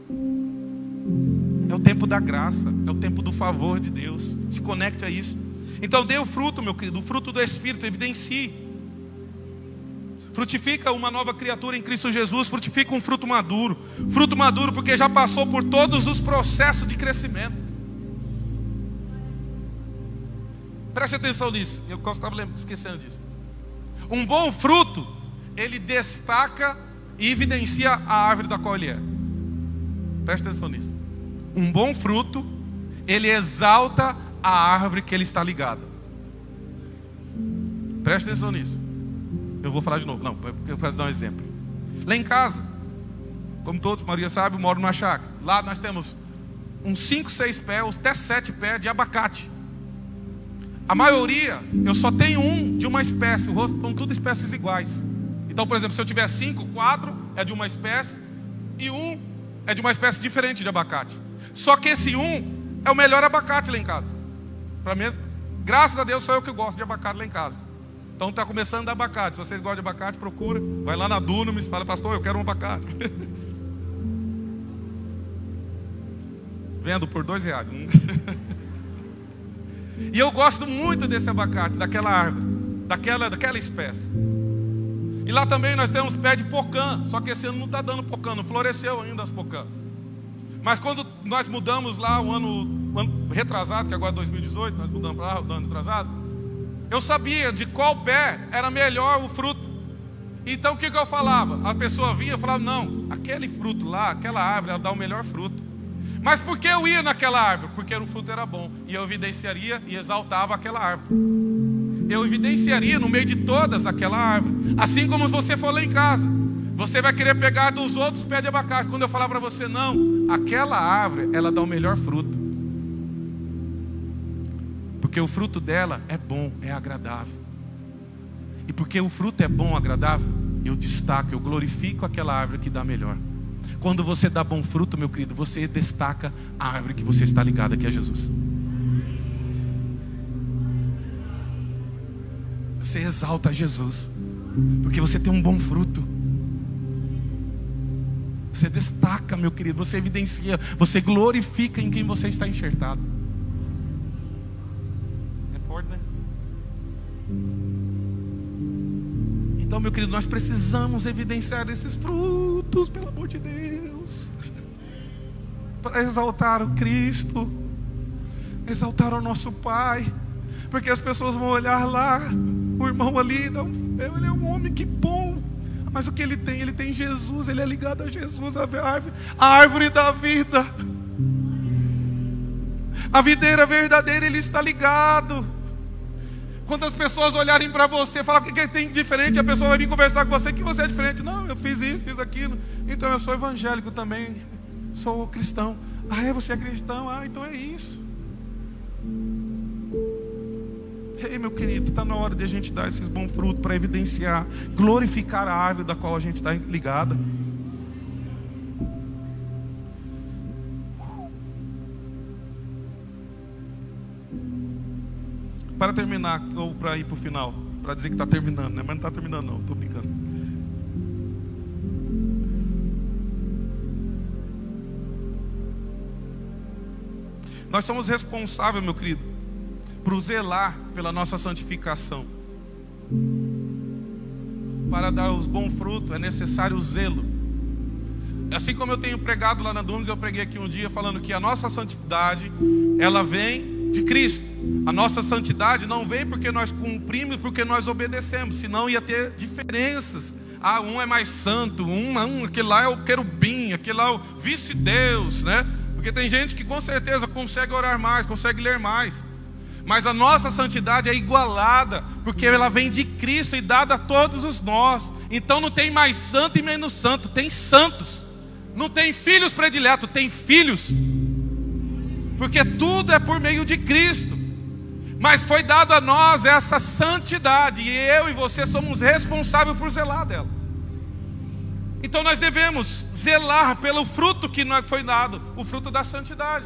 É o tempo da graça, é o tempo do favor de Deus. Se conecte a isso. Então dê o fruto, meu querido, o fruto do Espírito, evidencie. Frutifica uma nova criatura em Cristo Jesus, frutifica um fruto maduro. Fruto maduro porque já passou por todos os processos de crescimento. Preste atenção nisso, eu estava esquecendo disso. Um bom fruto, ele destaca e evidencia a árvore da qual ele é. Preste atenção nisso. Um bom fruto, ele exalta a árvore que ele está ligado. Preste atenção nisso. Eu vou falar de novo, não, eu vou dar um exemplo. Lá em casa, como todos, a maioria sabe, eu moro numa chácara. Lá nós temos uns 5, 6 pés, ou até 7 pés de abacate. A maioria, eu só tenho um de uma espécie, o rosto são tudo espécies iguais. Então, por exemplo, se eu tiver 5, 4 é de uma espécie, e um é de uma espécie diferente de abacate. Só que esse um é o melhor abacate lá em casa. Para mim, graças a Deus, sou eu que gosto de abacate lá em casa. Então está começando a dar abacate. Se vocês gostam de abacate, procura. Vai lá na Dunamis e fala, pastor, eu quero um abacate. Vendo por R$2. E eu gosto muito desse abacate, daquela árvore, daquela espécie. E lá também nós temos pé de pocã. Só que esse ano não está dando pocã, não floresceu ainda as pocã. Mas quando nós mudamos lá o ano retrasado, que agora é 2018, nós mudamos para lá o ano retrasado, eu sabia de qual pé era melhor o fruto. Então o que eu falava? A pessoa vinha e falava, não, aquele fruto lá, aquela árvore, ela dá o melhor fruto. Mas por que eu ia naquela árvore? Porque o fruto era bom. E eu evidenciaria e exaltava aquela árvore. Eu evidenciaria no meio de todas aquela árvore. Assim como se você for lá em casa, você vai querer pegar dos outros pés de abacate. Quando eu falar para você, não, aquela árvore, ela dá o melhor fruto. Porque o fruto dela é bom, é agradável. E porque o fruto é bom, agradável, eu destaco, eu glorifico aquela árvore que dá melhor. Quando você dá bom fruto, meu querido, você destaca a árvore que você está ligada, que é Jesus. Você exalta Jesus, porque você tem um bom fruto. Você destaca, meu querido, você evidencia, você glorifica em quem você está enxertado. Né? Então, meu querido, nós precisamos evidenciar esses frutos, pelo amor de Deus, para exaltar o Cristo, exaltar o nosso Pai, porque as pessoas vão olhar lá, o irmão ali, ele é um homem que bom, mas o que ele tem? Ele tem Jesus, ele é ligado a Jesus, a árvore da vida, a videira verdadeira, ele está ligado. Quando as pessoas olharem para você, falar o que tem de diferente, a pessoa vai vir conversar com você, que você é diferente. Não, eu fiz isso, fiz aquilo. Então eu sou evangélico também, sou cristão. Ah, você é cristão? Ah, então é isso. Ei, meu querido, está na hora de a gente dar esses bons frutos para evidenciar, glorificar a árvore da qual a gente está ligada. Para terminar, ou para ir para o final, para dizer que está terminando, né? Mas não está terminando não, estou brincando. Nós somos responsáveis, meu querido, por zelar pela nossa santificação. Para dar os bons frutos é necessário o zelo. Assim como eu tenho pregado lá na Dunamis, eu preguei aqui um dia falando que a nossa santidade, ela vem de Cristo. A nossa santidade não vem porque nós cumprimos, porque nós obedecemos, senão ia ter diferenças. Ah, um é mais santo, aquele lá é o querubim, aquele lá é o vice-deus, né? Porque tem gente que com certeza consegue orar mais, consegue ler mais. Mas a nossa santidade é igualada, porque ela vem de Cristo e dada a todos os nós. Então não tem mais santo e menos santo, tem santos. Não tem filhos prediletos, tem filhos. Porque tudo é por meio de Cristo. Mas foi dado a nós essa santidade, e eu e você somos responsáveis por zelar dela. Então nós devemos zelar pelo fruto que nos foi dado, o fruto da santidade.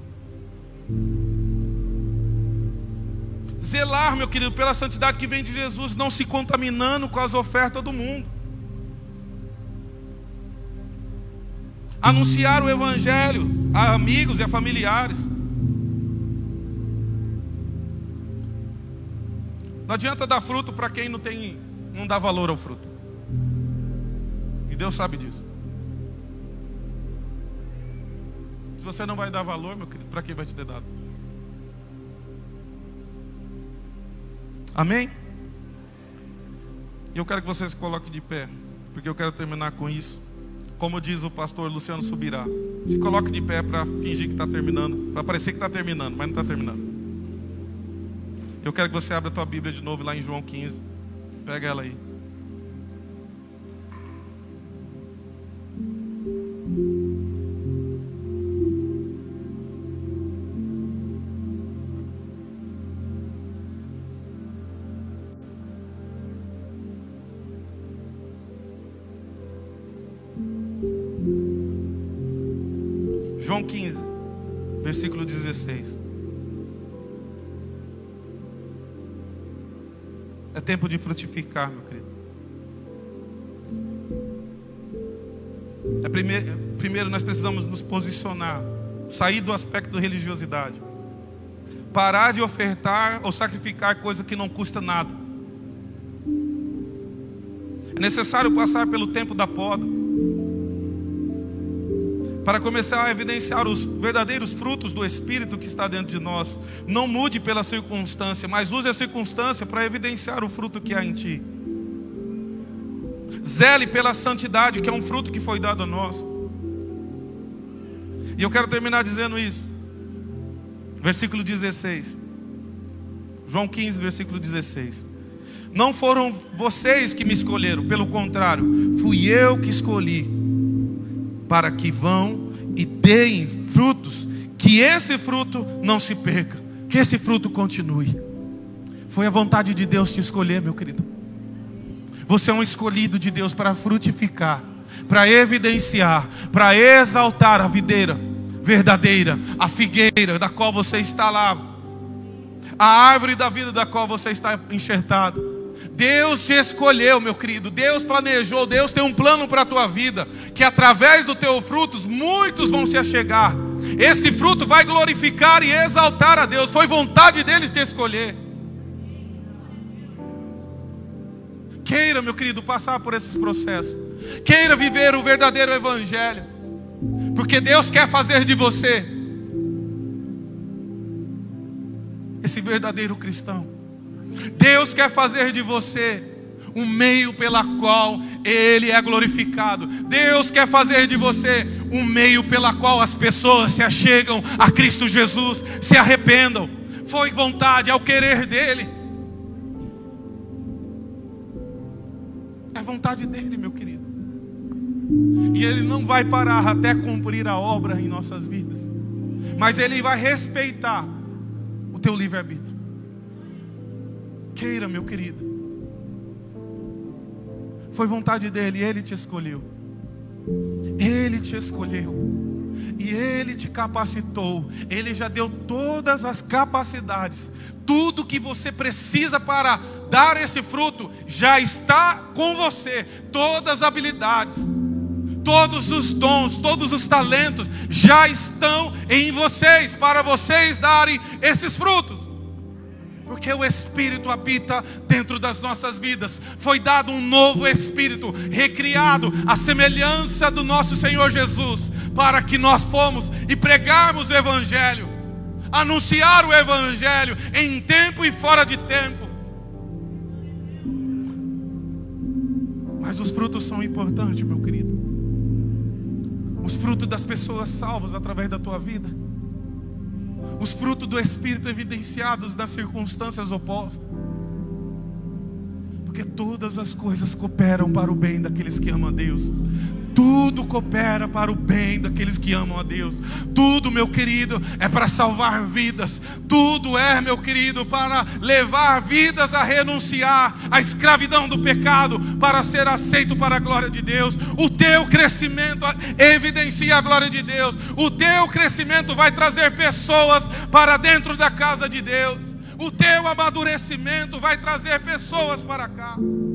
Zelar, meu querido, pela santidade que vem de Jesus, não se contaminando com as ofertas do mundo. Anunciar o Evangelho a amigos e a familiares. Não adianta dar fruto para quem não dá valor ao fruto. E Deus sabe disso. Se você não vai dar valor, meu querido, para quem vai te ter dado? Amém? E eu quero que você se coloque de pé, porque eu quero terminar com isso. Como diz o pastor Luciano Subirá, se coloque de pé para fingir que está terminando, para parecer que está terminando, mas não está terminando. Eu quero que você abra a tua Bíblia de novo lá em João 15. Pega ela aí. João 15, versículo 16. É tempo de frutificar, meu querido. Primeiro nós precisamos nos posicionar, sair do aspecto de religiosidade, parar de ofertar ou sacrificar coisa que não custa nada. É necessário passar pelo tempo da poda para começar a evidenciar os verdadeiros frutos do Espírito que está dentro de nós. Não mude pela circunstância, mas use a circunstância para evidenciar o fruto que há em ti. Zele pela santidade, que é um fruto que foi dado a nós. E eu quero terminar dizendo isso. Versículo 16. João 15, versículo 16. Não foram vocês que me escolheram, pelo contrário, fui eu que escolhi, para que vão e deem frutos, que esse fruto não se perca, que esse fruto continue. Foi a vontade de Deus te escolher, meu querido. Você é um escolhido de Deus para frutificar, para evidenciar, para exaltar a videira verdadeira, a figueira da qual você está lá, a árvore da vida da qual você está enxertado. Deus te escolheu, meu querido. Deus planejou, Deus tem um plano para a tua vida, que através do teu frutos muitos vão se achegar. Esse fruto vai glorificar e exaltar a Deus. Foi vontade deles te escolher. Queira, meu querido, passar por esses processos. Queira viver o verdadeiro evangelho, porque Deus quer fazer de você esse verdadeiro cristão. Deus quer fazer de você um meio pela qual Ele é glorificado. Deus quer fazer de você um meio pela qual as pessoas se achegam a Cristo Jesus, se arrependam. Foi vontade, é o querer dEle. É vontade dEle, meu querido. E Ele não vai parar até cumprir a obra em nossas vidas, mas Ele vai respeitar o teu livre-arbítrio. Queira, meu querido. Foi vontade dEle, Ele te escolheu. Ele te escolheu. E Ele te capacitou. Ele já deu todas as capacidades. Tudo que você precisa para dar esse fruto já está com você. Todas as habilidades, todos os dons, todos os talentos já estão em vocês, para vocês darem esses frutos. Porque o Espírito habita dentro das nossas vidas. Foi dado um novo Espírito, recriado à semelhança do nosso Senhor Jesus, para que nós fomos e pregarmos o Evangelho, anunciar o Evangelho em tempo e fora de tempo. Mas os frutos são importantes, meu querido. Os frutos das pessoas salvas através da tua vida. Os frutos do Espírito evidenciados nas circunstâncias opostas. Porque todas as coisas cooperam para o bem daqueles que amam a Deus. Tudo coopera para o bem daqueles que amam a Deus. Tudo, meu querido, é para salvar vidas. Tudo é, meu querido, para levar vidas a renunciar à escravidão do pecado, para ser aceito para a glória de Deus. O teu crescimento evidencia a glória de Deus. O teu crescimento vai trazer pessoas para dentro da casa de Deus. O teu amadurecimento vai trazer pessoas para cá.